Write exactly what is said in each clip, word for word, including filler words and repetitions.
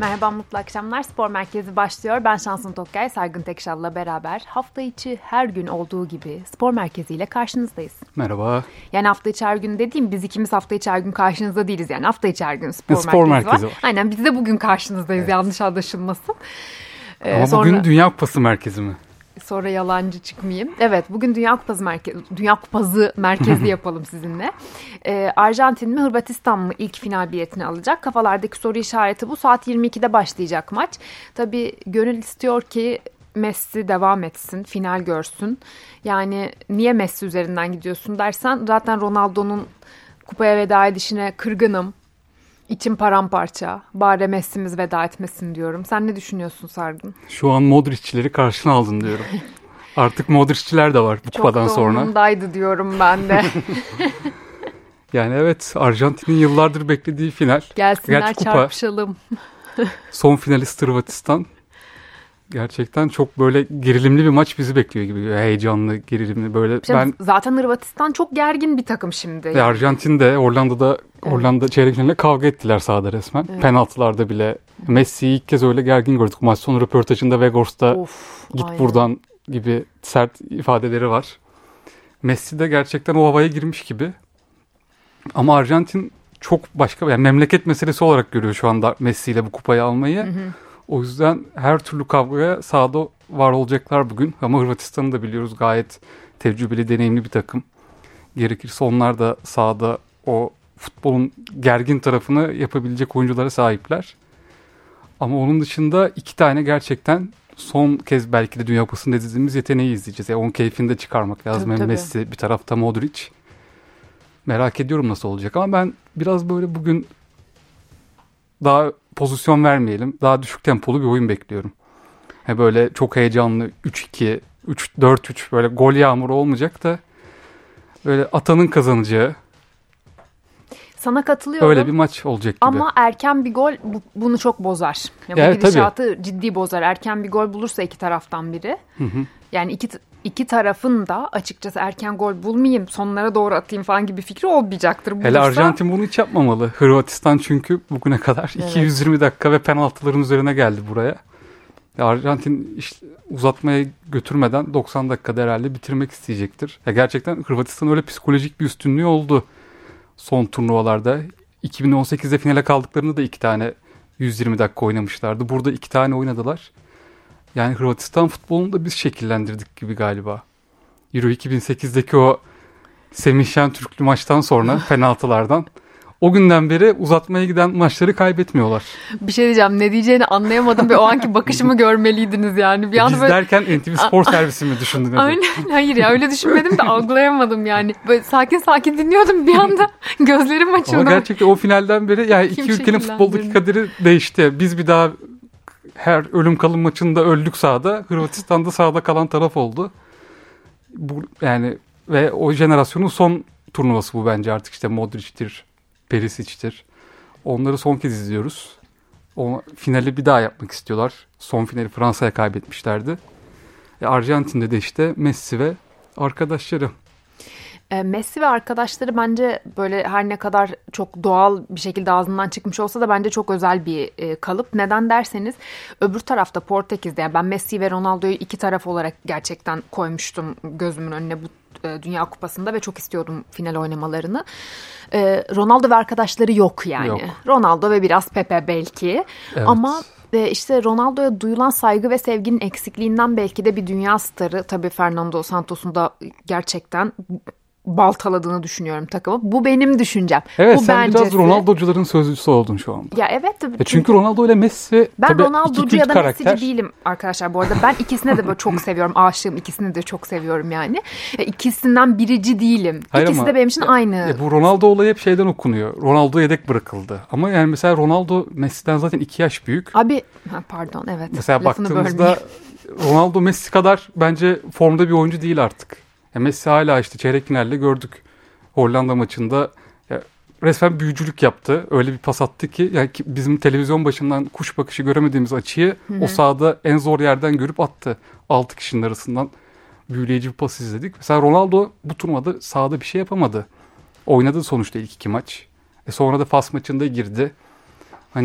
Merhaba, mutlu akşamlar. Spor Merkezi başlıyor. Ben Şansın Tokkay, Sargın Tekşal'la beraber hafta içi her gün olduğu gibi Spor Merkezi ile karşınızdayız. Merhaba. Yani hafta içi her gün dediğim, biz ikimiz hafta içi her gün karşınızda değiliz. Yani hafta içi her gün Spor, spor Merkezi, merkezi var. var. Aynen, biz de bugün karşınızdayız, evet. Yanlış anlaşılmasın. Ee, Ama sonra... bugün Dünya Kupası merkezi mi? Sonra yalancı çıkmayayım. Evet, bugün Dünya Kupası merkezi, Dünya Kupası merkezi yapalım sizinle. Ee, Arjantin mi Hırvatistan mı ilk final biletini alacak? Kafalardaki soru işareti bu. Saat yirmi ikide başlayacak maç. Tabii gönül istiyor ki Messi devam etsin, final görsün. Yani niye Messi üzerinden gidiyorsun dersen, zaten Ronaldo'nun kupaya veda edişine kırgınım. İçim paramparça. Bari Messi'miz veda etmesin diyorum. Sen ne düşünüyorsun Sargın? Şu an Modric'çileri karşına aldın diyorum. Artık Modric'çiler de var bu kupadan sonra. Çok da umurumdaydı diyorum ben de. Yani evet, Arjantin'in yıllardır beklediği final. Gelsinler, Gerçi çarpışalım. Son finalist Hırvatistan. Gerçekten çok böyle gerilimli bir maç bizi bekliyor gibi. Heyecanlı, gerilimli böyle. Şimdi ben zaten Hırvatistan çok gergin bir takım şimdi. Ve Arjantin'de, Hollanda'da, evet. Hollanda çeyrek finalinde kavga ettiler sahada resmen. Evet. Penaltılarda bile. Messi'yi ilk kez öyle gergin gördük. Maç sonu röportajında Vegors'ta of, git aynen. buradan gibi sert ifadeleri var. Messi de gerçekten o havaya girmiş gibi. Ama Arjantin çok başka, yani memleket meselesi olarak görüyor şu anda Messi ile bu kupayı almayı. Hı hı. O yüzden her türlü kavgaya sahada var olacaklar bugün. Ama Hırvatistan'ı da biliyoruz, gayet tecrübeli, deneyimli bir takım. Gerekirse onlar da sahada o futbolun gergin tarafını yapabilecek oyunculara sahipler. Ama onun dışında iki tane gerçekten son kez belki de Dünya Kupası'nda dediğimiz yeteneği izleyeceğiz. Yani onun keyfini de çıkarmak lazım. Tabii, hem tabii. Messi, bir tarafta Modric. Merak ediyorum nasıl olacak. Ama ben biraz böyle bugün daha pozisyon vermeyelim, daha düşük tempolu bir oyun bekliyorum. Yani böyle çok heyecanlı üç iki, üç dört üç böyle gol yağmuru olmayacak da böyle atanın kazanacağı. Sana katılıyorum. Öyle bir maç olacak gibi. Ama erken bir gol bu, bunu çok bozar. Yani yani, bu gidişatı tabii. ciddi bozar. Erken bir gol bulursa iki taraftan biri. Hı hı. Yani iki iki tarafın da açıkçası erken gol bulmayayım, sonlara doğru atayım falan gibi fikri olmayacaktır. Bulursa... Hele Arjantin bunu hiç yapmamalı. Hırvatistan çünkü bugüne kadar evet. iki yüz yirmi dakika ve penaltıların üzerine geldi buraya. Arjantin işte uzatmaya götürmeden doksan dakikada herhalde bitirmek isteyecektir. Ya gerçekten Hırvatistan öyle psikolojik bir üstünlüğü oldu son turnuvalarda. iki bin on sekizde finale kaldıklarında da iki tane yüz yirmi dakika oynamışlardı. Burada iki tane oynadılar. Yani Hırvatistan futbolunu da biz şekillendirdik gibi galiba. Euro iki bin sekizdeki o Semih Şentürklü maçtan sonra penaltılardan o günden beri uzatmaya giden maçları kaybetmiyorlar. Bir şey diyeceğim, ne diyeceğini anlayamadım ve o anki bakışımı görmeliydiniz yani. Bir anda biz böyle... derken N T V Spor Servisi mi düşündün? Aynen, hayır ya, öyle düşünmedim de algılayamadım yani. Böyle sakin sakin dinliyordum, bir anda gözlerim açıldı. Ama gerçekten o finalden beri yani iki ülkenin futboldaki kaderi değişti. Biz bir daha her ölüm kalım maçında öldük sahada. Hırvatistan'da sahada kalan taraf oldu. Bu yani ve o jenerasyonun son turnuvası bu bence artık, işte Modric'tir, Perisic'tir. Onları son kez izliyoruz. O finali bir daha yapmak istiyorlar. Son finali Fransa'ya kaybetmişlerdi. E, Arjantin'de de işte Messi ve arkadaşları. Messi ve arkadaşları bence böyle her ne kadar çok doğal bir şekilde ağzından çıkmış olsa da bence çok özel bir e, kalıp. Neden derseniz öbür tarafta Portekiz'de, yani ben Messi ve Ronaldo'yu iki taraf olarak gerçekten koymuştum gözümün önüne bu e, Dünya Kupası'nda ve çok istiyordum final oynamalarını. E, Ronaldo ve arkadaşları yok yani. Yok. Ronaldo ve biraz Pepe belki, evet. Ama... İşte Ronaldo'ya duyulan saygı ve sevginin eksikliğinden belki de bir dünya starı, tabii Fernando Santos'un da gerçekten baltaladığını düşünüyorum takımı. Bu benim düşüncem. Evet, bu sen bencesi. Biraz Ronaldo'cuların sözcüsü oldun şu anda. Ya evet. Tabii. E çünkü Ronaldo ile Messi ben Ronaldo'cu ya da Messi'ci değilim arkadaşlar bu arada. Ben ikisine de böyle çok seviyorum. Aşığım, ikisini de çok seviyorum yani. E, ikisinden birici değilim. Hayır, İkisi ama, de benim için aynı. E, bu Ronaldo olayı hep şeyden okunuyor. Ronaldo yedek bırakıldı. Ama yani mesela Ronaldo Messi'den zaten iki yaş büyük. Abi ha, pardon evet. Mesela baktığımızda Ronaldo Messi kadar bence formda bir oyuncu değil artık. Ya Messi hala işte çeyrek finalde gördük. Hollanda maçında ya resmen büyücülük yaptı. Öyle bir pas attı ki, yani bizim televizyon başından kuş bakışı göremediğimiz açıyı hı hı. o sahada en zor yerden görüp attı. Altı kişinin arasından büyüleyici bir pas izledik. Mesela Ronaldo bu turnuvada sahada bir şey yapamadı. Oynadı sonuçta ilk iki maç. E sonra da Fas maçında girdi. Hani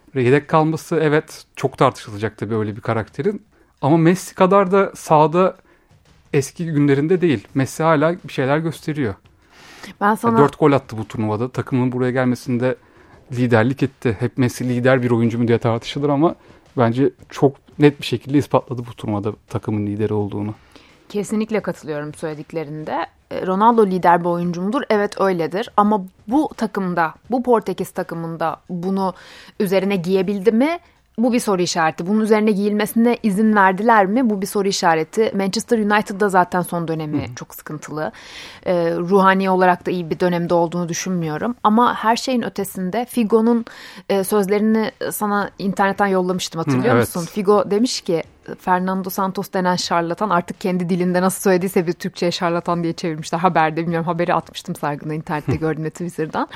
Yedek kalması evet çok tartışılacak tabii öyle bir karakterin. Ama Messi kadar da sahada eski günlerinde değil. Messi hala bir şeyler gösteriyor. Ben sana... Dört gol attı bu turnuvada. Takımın buraya gelmesinde liderlik etti. Hep Messi lider bir oyuncu mu diye tartışılır ama bence çok net bir şekilde ispatladı bu turnuvada takımın lideri olduğunu. Kesinlikle katılıyorum söylediklerinde. Ronaldo lider bir oyuncu mudur? Evet öyledir. Ama bu takımda, bu Portekiz takımında bunu üzerine giyebildi mi? Bu bir soru işareti. Bunun üzerine giyilmesine izin verdiler mi? Bu bir soru işareti. Manchester United'da zaten son dönemi Hı. çok sıkıntılı. Ee, ruhani olarak da iyi bir dönemde olduğunu düşünmüyorum. Ama her şeyin ötesinde Figo'nun e, sözlerini sana internetten yollamıştım, hatırlıyor Hı, evet. musun? Figo demiş ki Fernando Santos denen şarlatan artık kendi dilinde nasıl söylediyse bir Türkçe'ye şarlatan diye çevirmişler. Haberde, bilmiyorum, haberi atmıştım Sargın'a, internette gördüğümde Twitter'dan.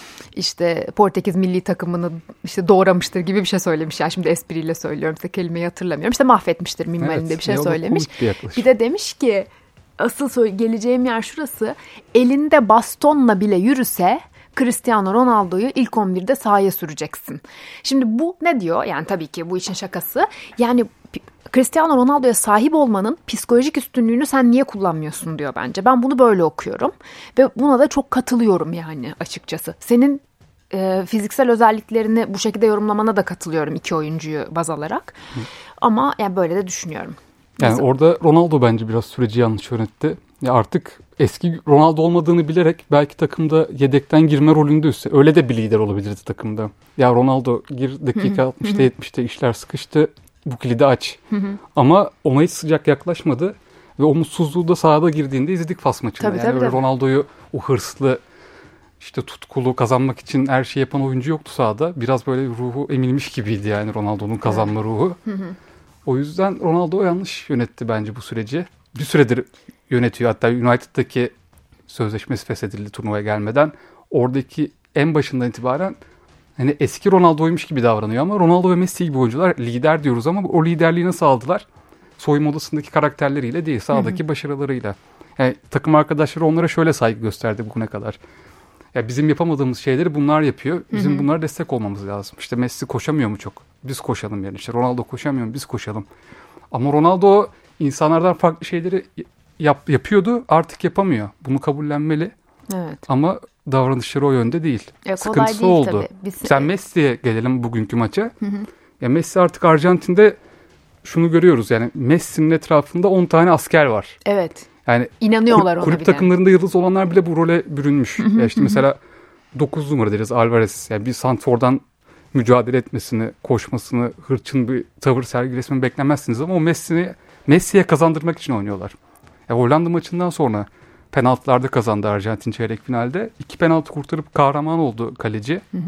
İşte Portekiz milli takımını işte doğramıştır gibi bir şey söylemiş. Yani şimdi espriyle söylüyorum, size kelimeyi hatırlamıyorum. İşte mahvetmiştir minvalinde evet, bir şey söylemiş. Bir, bir de demiş ki asıl geleceğim yer şurası. Elinde bastonla bile yürüse Cristiano Ronaldo'yu ilk on birde sahaya süreceksin. Şimdi bu ne diyor? Yani tabii ki bu işin şakası. Yani Cristiano Ronaldo'ya sahip olmanın psikolojik üstünlüğünü sen niye kullanmıyorsun diyor bence. Ben bunu böyle okuyorum ve buna da çok katılıyorum yani açıkçası. Senin e, fiziksel özelliklerini bu şekilde yorumlamana da katılıyorum iki oyuncuyu baz alarak. Hı. Ama yani böyle de düşünüyorum. Yani Nasıl? Orada Ronaldo bence biraz süreci yanlış yönetti. Ya artık eski Ronaldo olmadığını bilerek belki takımda yedekten girme rolünde üstse. Öyle de bir lider olabilirdi takımda. Ya Ronaldo gir dakika altmışta yetmişte işler sıkıştı. Bu kilidi aç. Hı hı. Ama ona hiç sıcak yaklaşmadı. Ve o mutsuzluğu da sahada girdiğinde izledik Fas maçında. Tabii, yani tabii, tabii. Ronaldo'yu o hırslı, işte tutkulu, kazanmak için her şeyi yapan oyuncu yoktu sahada. Biraz böyle ruhu emilmiş gibiydi yani Ronaldo'nun kazanma evet. ruhu. Hı hı. O yüzden Ronaldo yanlış yönetti bence bu süreci. Bir süredir yönetiyor. Hatta United'daki sözleşmesi feshedildi turnuvaya gelmeden. Oradaki en başından itibaren hani eski Ronaldo'ymuş gibi davranıyor ama Ronaldo ve Messi gibi oyuncular lider diyoruz ama o liderliği nasıl aldılar? Soyunma odasındaki karakterleriyle değil, sahadaki hı hı. başarılarıyla. Yani takım arkadaşları onlara şöyle saygı gösterdi bugüne kadar. Ya bizim yapamadığımız şeyleri bunlar yapıyor. Bizim hı hı. bunlara destek olmamız lazım. İşte Messi koşamıyor mu çok? Biz koşalım yani. İşte Ronaldo koşamıyor mu? Biz koşalım. Ama Ronaldo insanlardan farklı şeyleri yap, yapıyordu. Artık yapamıyor. Bunu kabullenmeli. Evet. Ama davranışları o yönde değil. E, Sıkıntısı değil, oldu. Tabii. Biz... Sen Messi'ye gelelim bugünkü maça. Hı hı. Ya Messi artık Arjantin'de şunu görüyoruz. Yani Messi'nin etrafında on tane asker var. Evet. Yani İnanıyorlar kulüp, ona kulüp bile. takımlarında yıldız olanlar bile bu role bürünmüş. Ya işte mesela dokuz numara deriz Alvarez. Yani bir santrfordan mücadele etmesini, koşmasını, hırçın bir tavır sergilesini beklemezsiniz ama o Messi'yi Messi'ye kazandırmak için oynuyorlar. Ya Hollanda maçından sonra penaltılarda kazandı Arjantin çeyrek finalde. İki penaltı kurtarıp kahraman oldu kaleci. Hı hı.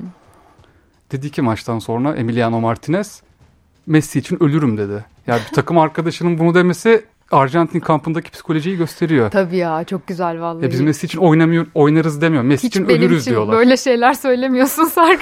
Dedi ki maçtan sonra Emiliano Martinez, Messi için ölürüm dedi. Yani bir takım arkadaşının bunu demesi Arjantin kampındaki psikolojiyi gösteriyor. Tabii ya, çok güzel vallahi. Ya biz Messi için oynamıyor, oynarız demiyor. Messi Hiç için ölürüz için diyorlar. Böyle şeyler söylemiyorsun Sargı.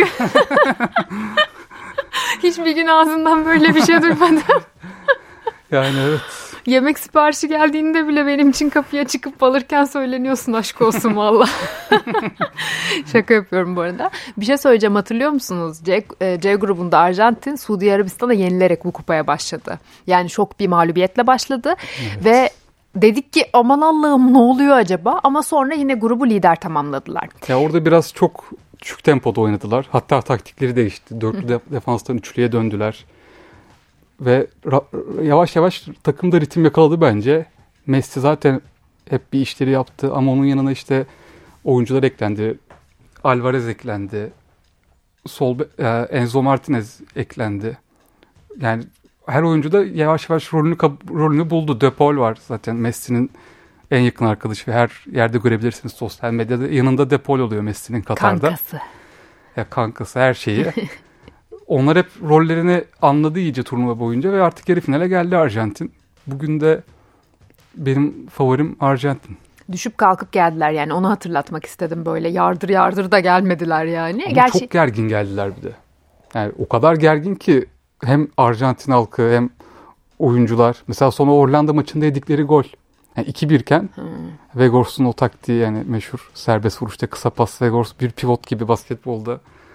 Hiçbir gün ağzından böyle bir şey duymadım. Yani evet. Yemek siparişi geldiğinde bile benim için kapıya çıkıp alırken söyleniyorsun, aşk olsun valla. Şaka yapıyorum bu arada. Bir şey söyleyeceğim, hatırlıyor musunuz? C, C grubunda Arjantin Suudi Arabistan'a yenilerek bu kupaya başladı. Yani şok bir mağlubiyetle başladı. Evet. Ve dedik ki aman Allah'ım ne oluyor acaba? Ama sonra yine grubu lider tamamladılar. Ya orada biraz çok düşük tempoda oynadılar. Hatta taktikleri değişti. Dörtlü de, defanstan üçlüye döndüler. Ve ra- yavaş yavaş takımda ritim yakaladı bence. Messi zaten hep bir işleri yaptı ama onun yanına işte oyuncular eklendi. Alvarez eklendi. Sol e, Enzo Martinez eklendi. Yani her oyuncu da yavaş yavaş rolünü rolünü buldu. De Paul var zaten Messi'nin en yakın arkadaşı ve her yerde görebilirsiniz sosyal medyada. Yanında De Paul oluyor Messi'nin Katar'da. Kankası. Ya kankası, her şeyi. Onlar hep rollerini anladı iyice turnuva boyunca ve artık yarı finale geldi Arjantin. Bugün de benim favorim Arjantin. Düşüp kalkıp geldiler yani, onu hatırlatmak istedim böyle. Yardır yardır da gelmediler yani. Ama Gerçi... çok gergin geldiler bir de. Yani o kadar gergin ki hem Arjantin halkı hem oyuncular. Mesela sonra Hollanda maçında yedikleri gol. Yani iki bir iken hmm. Weghorst'un o taktiği, yani meşhur serbest vuruşta kısa pas, Weghorst bir pivot gibi basketbolda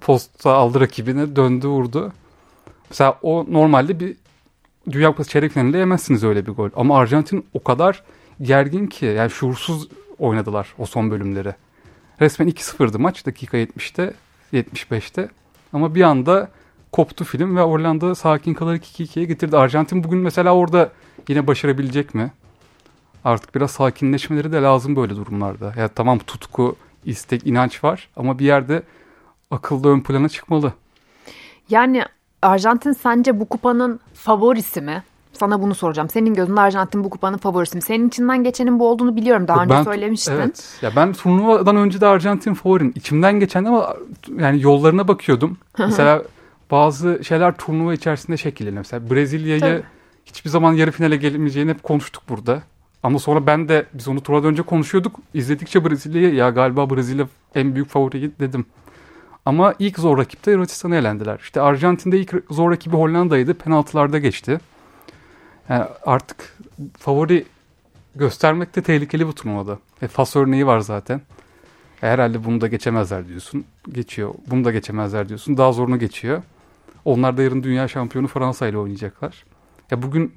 posta aldı rakibine, döndü vurdu. Mesela o normalde bir Dünya Kupası çeyrek finalinde yemezsiniz öyle bir gol. Ama Arjantin o kadar gergin ki, yani şuursuz oynadılar o son bölümleri. Resmen iki sıfırdı maç dakika yetmişte, yetmiş beşte. Ama bir anda koptu film ve Hollanda sakin kalarak iki ikiye getirdi. Arjantin bugün mesela orada yine başarabilecek mi? Artık biraz sakinleşmeleri de lazım böyle durumlarda. Ya tamam, tutku, istek, inanç var ama bir yerde akılda ön plana çıkmalı. Yani Arjantin sence bu kupanın favorisi mi? Sana bunu soracağım. Senin gözünde Arjantin bu kupanın favorisi mi? Senin içinden geçenin bu olduğunu biliyorum. Daha önce ben, söylemiştin. Evet. Ya ben turnuvadan önce de Arjantin favorim. İçimden geçen ama yani yollarına bakıyordum. Mesela bazı şeyler turnuva içerisinde şekilleniyor. Mesela Brezilya'yı hiçbir zaman yarı finale gelemeyeceğini hep konuştuk burada. Ama sonra ben de, biz onu turnuvadan önce konuşuyorduk. İzledikçe Brezilya'yı, ya galiba Brezilya en büyük favori dedim. Ama ilk zor rakipte Hırvatistan'ı elendiler. İşte Arjantin'de ilk zor rakibi Hollanda'ydı. Penaltılarda geçti. Yani artık favori göstermek de tehlikeli bu turnuvada. E, Fas örneği var zaten. E, herhalde bunu da geçemezler diyorsun. Geçiyor. Bunu da geçemezler diyorsun. Daha zorunu geçiyor. Onlar da yarın dünya şampiyonu Fransa ile oynayacaklar. Ya bugün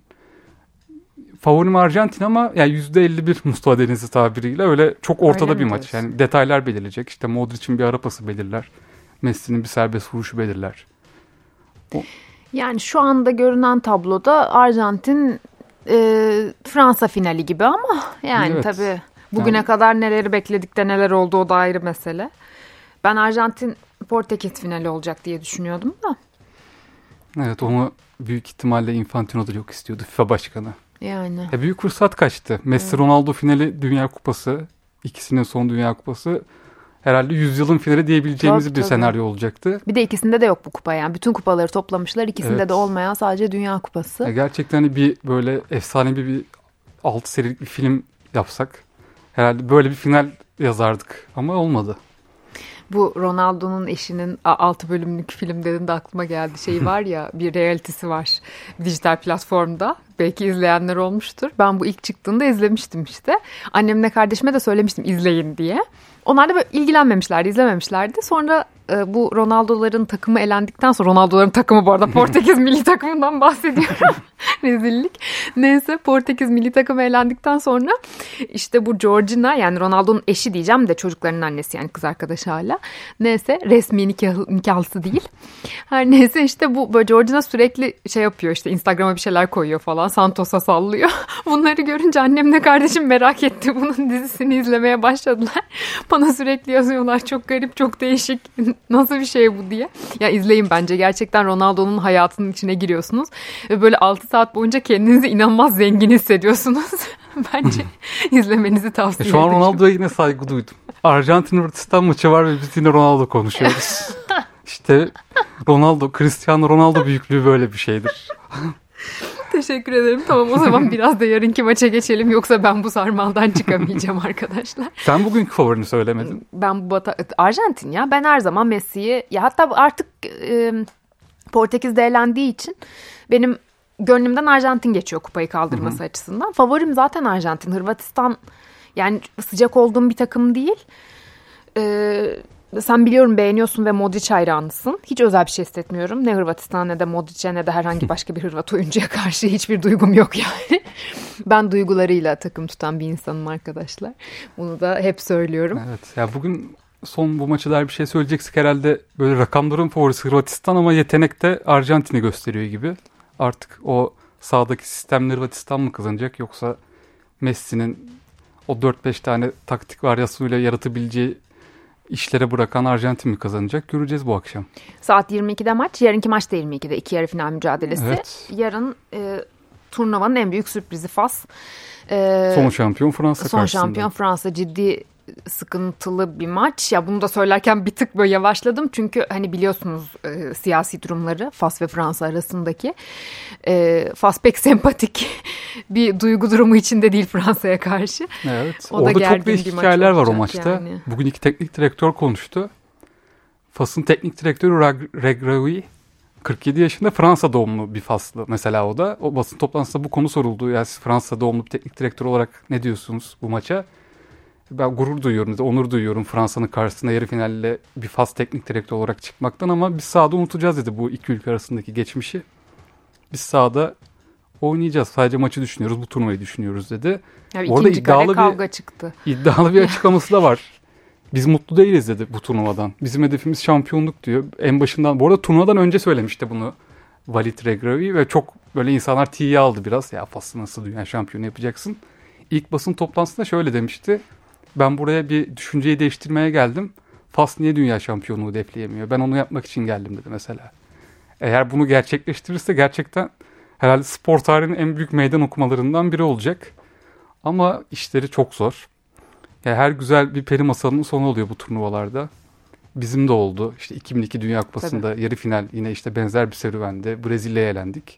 favorim Arjantin ama yani yüzde elli bir Mustafa Denizli tabiriyle öyle çok ortada öyle bir maç. Diyorsun? Yani detaylar belirleyecek. İşte Modric'in bir ara pası belirler. Messi'nin bir serbest vuruşu belirler. O... Yani şu anda görünen tabloda Arjantin e, Fransa finali gibi ama yani evet. Tabii bugüne yani... kadar neleri bekledik de neler oldu, o da ayrı mesele. Ben Arjantin Portekiz finali olacak diye düşünüyordum da. Evet, onu büyük ihtimalle Infantino da çok istiyordu, FIFA başkanı. Yani. Ya büyük fırsat kaçtı. Messi evet. Ronaldo finali Dünya Kupası, ikisinin son Dünya Kupası. Herhalde yüzyılın finali diyebileceğimiz tabii, bir tabii. senaryo olacaktı. Bir de ikisinde de yok bu kupa yani. Bütün kupaları toplamışlar. İkisinde evet. de olmayan sadece Dünya Kupası. Ya gerçekten bir böyle efsane bir, bir altı serilik bir film yapsak herhalde böyle bir final yazardık ama olmadı. Bu Ronaldo'nun eşinin altı bölümlük film dediğinde aklıma geldi. Şey var ya, bir realitesi var dijital platformda. Belki izleyenler olmuştur. Ben bu ilk çıktığında izlemiştim işte. Annemle kardeşime de söylemiştim izleyin diye. Onlar da böyle ilgilenmemişlerdi, izlememişlerdi. Sonra e, bu Ronaldo'ların takımı elendikten sonra, Ronaldo'ların takımı bu arada Portekiz milli takımından bahsediyorum. Rezillik. Neyse, Portekiz milli takımı elendikten sonra işte bu Georgina, yani Ronaldo'nun eşi diyeceğim de çocuklarının annesi, yani kız arkadaşı hala. Neyse, resmi nikah, nikahlısı değil. Her neyse işte bu böyle Georgina sürekli şey yapıyor, işte Instagram'a bir şeyler koyuyor falan. Santos'a sallıyor. Bunları görünce annemle kardeşim merak etti. Bunun dizisini izlemeye başladılar. Bana sürekli yazıyorlar, çok garip, çok değişik, nasıl bir şey bu diye. Ya izleyin bence, gerçekten Ronaldo'nun hayatının içine giriyorsunuz ve böyle altı saat boyunca kendinizi inanılmaz zengin hissediyorsunuz. Bence izlemenizi tavsiye ederim. Şu an Ronaldo'ya yine saygı duydum. Arjantin Hırvatistan maçı var ve biz yine Ronaldo konuşuyoruz. İşte Ronaldo, Cristiano Ronaldo büyüklüğü böyle bir şeydir. Teşekkür ederim. Tamam, o zaman biraz da yarınki maça geçelim. Yoksa ben bu sarmaldan çıkamayacağım arkadaşlar. Sen bugünkü favorini söylemedin. Ben bu bata- Arjantin ya. Ben her zaman Messi'yi, ya hatta artık e, Portekiz'de elendiği için benim gönlümden Arjantin geçiyor kupayı kaldırması Hı-hı. açısından. Favorim zaten Arjantin. Hırvatistan yani sıcak olduğum bir takım değil. Eee Sen biliyorum beğeniyorsun ve Modric hayranısın. Hiç özel bir şey hissetmiyorum. Ne Hırvatistan ne de Modric'e ne de herhangi başka bir Hırvat oyuncuya karşı hiçbir duygum yok yani. Ben duygularıyla takım tutan bir insanım arkadaşlar. Bunu da hep söylüyorum. Evet ya, bugün son bu maçı dair bir şey söyleyeceksek herhalde böyle rakamların favorisi Hırvatistan ama yetenekte Arjantin'i gösteriyor gibi. Artık o sahadaki sistemle Hırvatistan mı kazanacak, yoksa Messi'nin o dört beş tane taktik varyasyonuyla yaratabileceği işlere bırakan Arjantin mi kazanacak? Göreceğiz bu akşam. Saat yirmi ikide maç. Yarınki maç da yirmi ikide. İki yarı final mücadelesi. Evet. Yarın e, turnuvanın en büyük sürprizi Fas. E, son şampiyon Fransa son karşısında. Son şampiyon Fransa, ciddi sıkıntılı bir maç. Ya bunu da söylerken bir tık böyle yavaşladım. Çünkü hani biliyorsunuz e, siyasi durumları Fas ve Fransa arasındaki. E, Fas pek sempatik bir duygu durumu içinde değil Fransa'ya karşı. Evet. O Orada çok değişik hikayeler var o maçta. Yani. Bugün iki teknik direktör konuştu. Fas'ın teknik direktörü Regragui kırk yedi yaşında, Fransa doğumlu bir Faslı mesela o da. O basın toplantısında bu konu soruldu. Yani siz Fransa doğumlu bir teknik direktör olarak ne diyorsunuz bu maça? Ben gurur duyuyorum, onur duyuyorum Fransa'nın karşısında yarı finalle bir Fas teknik direktör olarak çıkmaktan ama biz sahada unutacağız dedi bu iki ülke arasındaki geçmişi. Biz sahada oynayacağız. Sadece maçı düşünüyoruz, bu turnuvayı düşünüyoruz dedi. Yani orada iddialı bir kavga çıktı. İddialı bir açıklaması da var. Biz mutlu değiliz dedi bu turnuvadan. Bizim hedefimiz şampiyonluk diyor. En başından, bu arada turnuvadan önce söylemişti bunu Walid Regragui ve çok böyle insanlar tiye aldı biraz. Ya Fas'ı nasıl dünya şampiyonu yapacaksın? İlk basın toplantısında şöyle demişti. Ben buraya bir düşünceyi değiştirmeye geldim. Fas niye dünya şampiyonluğu hedefleyemiyor? Ben onu yapmak için geldim dedi mesela. Eğer bunu gerçekleştirirse gerçekten herhalde spor tarihinin en büyük meydan okumalarından biri olacak. Ama işleri çok zor. Yani her güzel bir peri masalının sonu oluyor bu turnuvalarda. Bizim de oldu. İşte iki bin iki Dünya Kupası'nda Tabii. yarı final yine işte benzer bir serüvende Brezilya'ya elendik.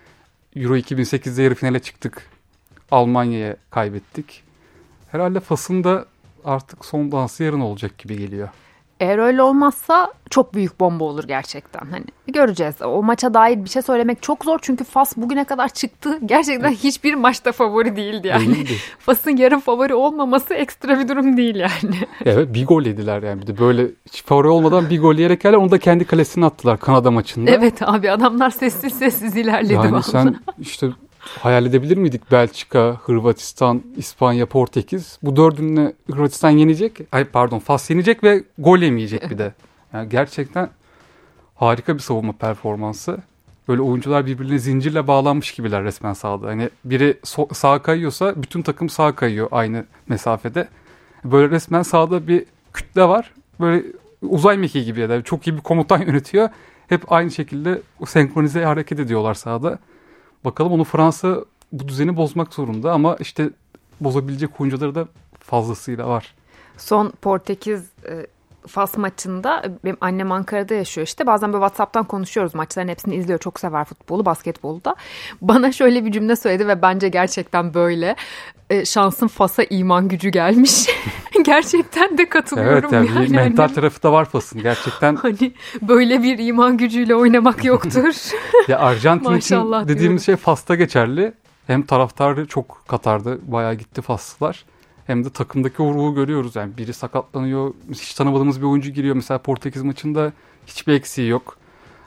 Euro iki bin sekizde yarı finale çıktık. Almanya'ya kaybettik. Herhalde Fas'ın da artık son dansı yarın olacak gibi geliyor. Eğer öyle olmazsa çok büyük bomba olur gerçekten. Hani göreceğiz. O maça dair bir şey söylemek çok zor çünkü Fas bugüne kadar çıktı. Gerçekten hiçbir maçta favori değildi yani. Değildi. Fas'ın yarın favori olmaması ekstra bir durum değil yani. Evet, bir gol yediler yani. Bir de böyle hiç favori olmadan bir gol yiyerek geldiler. Onu da kendi kalesine attılar Kanada maçında. Evet abi, adamlar sessiz sessiz ilerledi. Yani vallahi. Sen işte hayal edebilir miydik? Belçika, Hırvatistan, İspanya, Portekiz. Bu dördünü Hırvatistan yenecek. Ay pardon, Fas yenecek ve gol yemeyecek bir de. Yani gerçekten harika bir savunma performansı. Böyle oyuncular birbirine zincirle bağlanmış gibiler resmen sahada. Hani biri so- sağa kayıyorsa bütün takım sağa kayıyor aynı mesafede. Böyle resmen sahada bir kütle var. Böyle uzay mekiği gibi ya da çok iyi bir komutan yönetiyor. Hep aynı şekilde senkronize hareket ediyorlar sahada. Bakalım, onu Fransa bu düzeni bozmak zorunda ama işte bozabilecek oyuncuları da fazlasıyla var. Son Portekiz e, Fas maçında, benim annem Ankara'da yaşıyor işte. Bazen böyle WhatsApp'tan konuşuyoruz. Maçların hepsini izliyor. Çok sever futbolu, basketbolu da. Bana şöyle bir cümle söyledi ve bence gerçekten böyle. E, şansın Fas'a iman gücü gelmiş. Gerçekten de katılıyorum. Evet, yani, yani. mental Annem, tarafı da var Fas'ın gerçekten. Hani böyle bir iman gücüyle oynamak yoktur. Ya Arjantin için dediğimiz diyorum. şey Fas'ta geçerli. Hem taraftarı çok Katar'da bayağı gitti Faslılar. Hem de takımdaki o ruhu görüyoruz. Yani biri sakatlanıyor, hiç tanımadığımız bir oyuncu giriyor. Mesela Portekiz maçında hiçbir eksiği yok.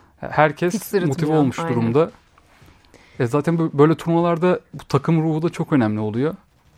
Herkes motive olmuş aynen. durumda. E zaten böyle turnuvalarda bu takım ruhu da çok önemli oluyor.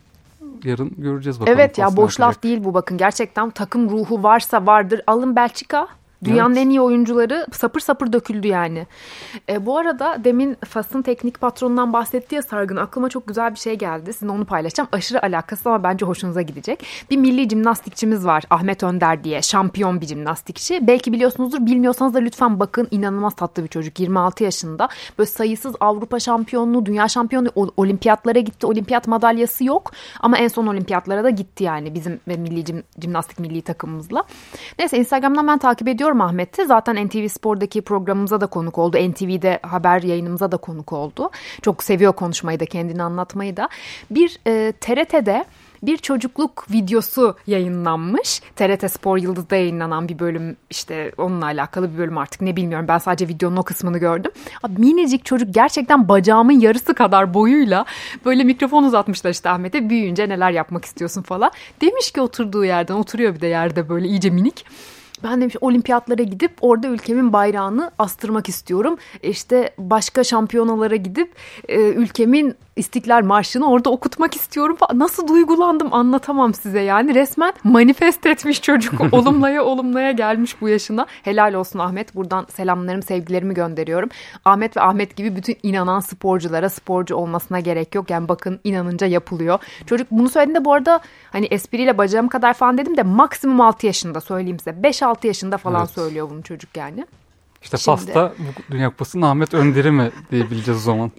Yarın göreceğiz bakalım. Evet ya, boş laf değil bu, bakın. Gerçekten takım ruhu varsa vardır. Alın Belçika. Dünyanın evet. en iyi oyuncuları sapır sapır döküldü yani. E, bu arada demin Fas'ın teknik patronundan bahsetti ya Sargın. Aklıma çok güzel bir şey geldi. Sizinle onu paylaşacağım. Aşırı alakasız ama bence hoşunuza gidecek. Bir milli jimnastikçimiz var, Ahmet Önder diye. Şampiyon bir jimnastikçi. Belki biliyorsunuzdur. Bilmiyorsanız da lütfen bakın. İnanılmaz tatlı bir çocuk. yirmi altı yaşında. Böyle sayısız Avrupa şampiyonluğu, dünya şampiyonluğu, olimpiyatlara gitti. Olimpiyat madalyası yok. Ama en son olimpiyatlara da gitti yani. Bizim ve milli jim, jimnastik milli takımımızla. Neyse, Instagram'dan ben takip ediyorum Ahmet'i. Zaten N T V Spor'daki programımıza da konuk oldu. N T V'de haber yayınımıza da konuk oldu. Çok seviyor konuşmayı da, kendini anlatmayı da. Bir e, T R T'de bir çocukluk videosu yayınlanmış. T R T Spor Yıldız'da yayınlanan bir bölüm, işte onunla alakalı bir bölüm, artık ne bilmiyorum. Ben sadece videonun o kısmını gördüm. Abi, minicik çocuk, gerçekten bacağımın yarısı kadar boyuyla böyle mikrofon uzatmışlar işte Ahmet'e. Büyüyünce neler yapmak istiyorsun falan. Demiş ki oturduğu yerden, oturuyor bir de yerde böyle iyice minik. Ben demiş olimpiyatlara gidip orada ülkemin bayrağını astırmak istiyorum. İşte başka şampiyonalara gidip e, ülkemin İstiklal Marşı'nı orada okutmak istiyorum falan. Nasıl duygulandım anlatamam size yani. Resmen manifest etmiş çocuk. Olumlaya olumlaya gelmiş bu yaşına. Helal olsun Ahmet. Buradan selamlarımı, sevgilerimi gönderiyorum. Ahmet ve Ahmet gibi bütün inanan sporculara, sporcu olmasına gerek yok. Yani bakın, inanınca yapılıyor. Çocuk bunu söylediğinde bu arada hani espriyle bacağım kadar falan dedim de maksimum altı yaşında, söyleyeyim size. beş altı yaşında falan evet. söylüyor bunu çocuk yani. İşte Şimdi... Fas'ta bu Dünya Kupası'nın Ahmet Önder'i mi diyebileceğiz o zaman?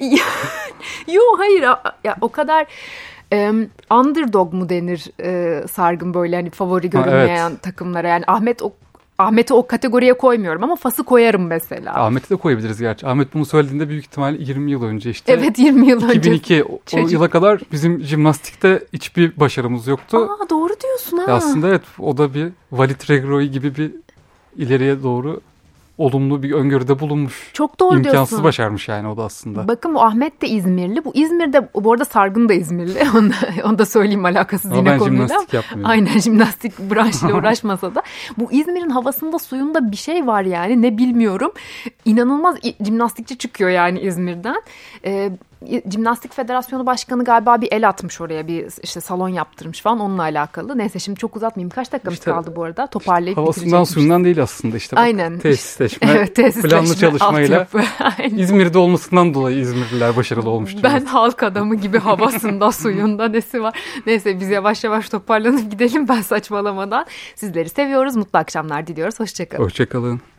Yok hayır ya, o kadar um, underdog mu denir e, Sargın, böyle hani favori görünmeyen evet. takımlara. Yani Ahmet o Ahmet'i o kategoriye koymuyorum ama Fas'ı koyarım mesela. Ahmet'i de koyabiliriz gerçi. Ahmet bunu söylediğinde büyük ihtimal yirmi yıl önce işte. Evet, yirmi yıl önce. iki bin iki o, o yıla kadar bizim jimnastikte hiçbir başarımız yoktu. Aa, doğru diyorsun ha. E aslında evet, o da bir Walid Regragui gibi bir ileriye doğru olumlu bir öngörüde bulunmuş. Çok doğru İmkansız diyorsun. İmkansız başarmış yani o da aslında. Bakın bu Ahmet de İzmirli. Bu İzmir'de bu arada Sargın da İzmirli. Onu da, onu da söyleyeyim alakasız ama yine ben konuyla. Ben jimnastik yapmıyorum. Aynen jimnastik branşıyla uğraşmasa da. Bu İzmir'in havasında suyunda bir şey var yani ne bilmiyorum. İnanılmaz jimnastikçi çıkıyor yani İzmir'den. Ee, Jimnastik Federasyonu Başkanı galiba bir el atmış oraya, bir işte salon yaptırmış falan onunla alakalı. Neyse şimdi çok uzatmayayım. Kaç dakikamız işte, kaldı bu arada? Toparlayıp işte havasından suyundan değil aslında işte. Bak, aynen. Tesisleşme, evet, tesisleşme, planlı çalışmayla İzmir'de olmasından dolayı İzmirliler başarılı olmuş. Ben halk adamı gibi havasında suyunda nesi var. Neyse biz yavaş yavaş toparlanıp gidelim ben saçmalamadan. Sizleri seviyoruz. Mutlu akşamlar diliyoruz. Hoşçakalın. Hoşçakalın.